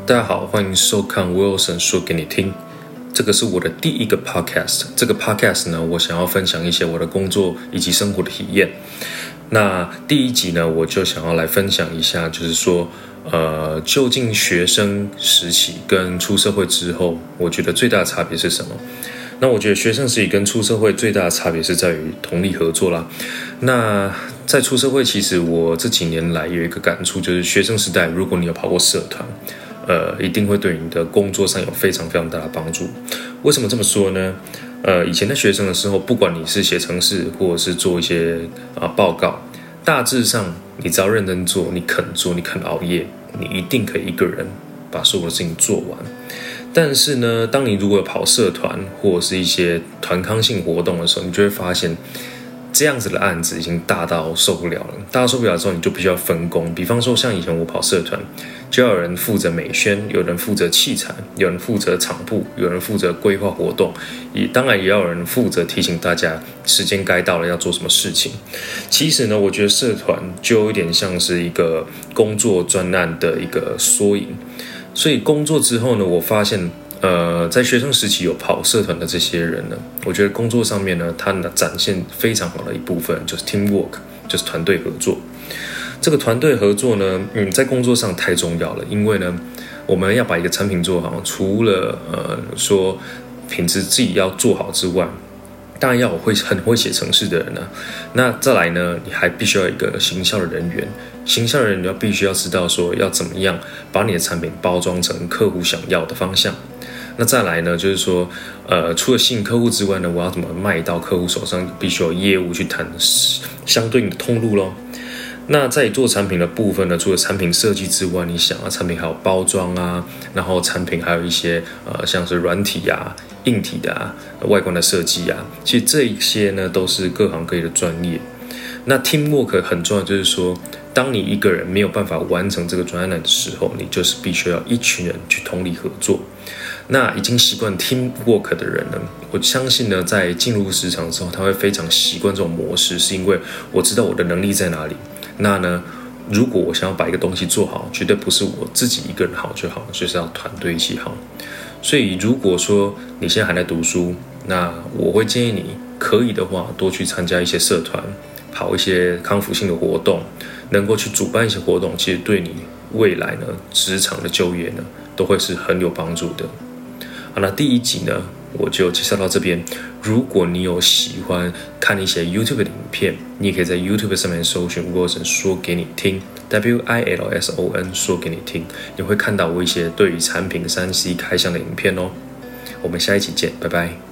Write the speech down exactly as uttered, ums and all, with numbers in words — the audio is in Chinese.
大家好，欢迎收看 Wilson 说给你听。这个是我的第一个 podcast。这个 podcast 呢，我想要分享一些我的工作以及生活的体验。那第一集呢，我就想要来分享一下，就是说，呃，究竟学生时期跟出社会之后，我觉得最大的差别是什么？那我觉得学生时期跟出社会最大的差别是在于同力合作啦。那在出社会，其实我这几年来有一个感触，就是学生时代，如果你有跑过社团，呃，一定会对你的工作上有非常非常大的帮助。为什么这么说呢？呃，以前在学生的时候，不管你是写程式，或者是做一些啊、呃、报告，大致上你只要认真做，你肯做，你肯熬夜，你一定可以一个人把所有的事情做完。但是呢，当你如果有跑社团或者是一些团康性活动的时候，你就会发现这样子的案子已经大到受不了了。大到受不了之后，你就必须要分工。比方说，像以前我跑社团，就要有人负责美宣，有人负责器材，有人负责场部，有人负责规划活动，也当然也要有人负责提醒大家时间该到了要做什么事情。其实呢，我觉得社团就有点像是一个工作专案的一个缩影。所以工作之后呢，我发现，呃，在学生时期有跑社团的这些人呢，我觉得工作上面呢，他展现非常好的一部分就是 teamwork， 就是团队合作。这个团队合作呢，嗯，在工作上太重要了，因为呢，我们要把一个产品做好，除了呃说品质自己要做好之外，当然要有会很会写程式的人呢、啊。那再来呢，你还必须要有一个行销的人员，行销的人员要必须要知道说要怎么样把你的产品包装成客户想要的方向。那再来呢，就是说，呃，除了吸引客户之外呢，我要怎么卖到客户手上，必须有业务去谈相对应的通路咯。那在做产品的部分呢，除了产品设计之外，你想啊，产品还有包装啊，然后产品还有一些呃，像是软体啊、硬体的啊、外观的设计啊，其实这一些呢都是各行各业的专业。那 teamwork 很重要，就是说，当你一个人没有办法完成这个专案的时候，你就是必须要一群人去同力合作。那已经习惯 teamwork 的人呢，我相信呢，在进入职场之后，他会非常习惯这种模式，是因为我知道我的能力在哪里。那呢，如果我想要把一个东西做好，绝对不是我自己一个人好就好，就是要团队一起好。所以如果说你现在还在读书，那我会建议你可以的话，多去参加一些社团，跑一些康复性的活动，能够去主办一些活动，其实对你未来呢职场的就业呢都会是很有帮助的。好，那第一集呢我就介绍到这边。如果你有喜欢看一些 YouTube 的影片，你也可以在 YouTube 上面搜寻 Wilson 说给你听 W I L S O N 说给你听，你会看到我一些对于产品 三 C 开箱的影片哦。我们下一期见，拜拜。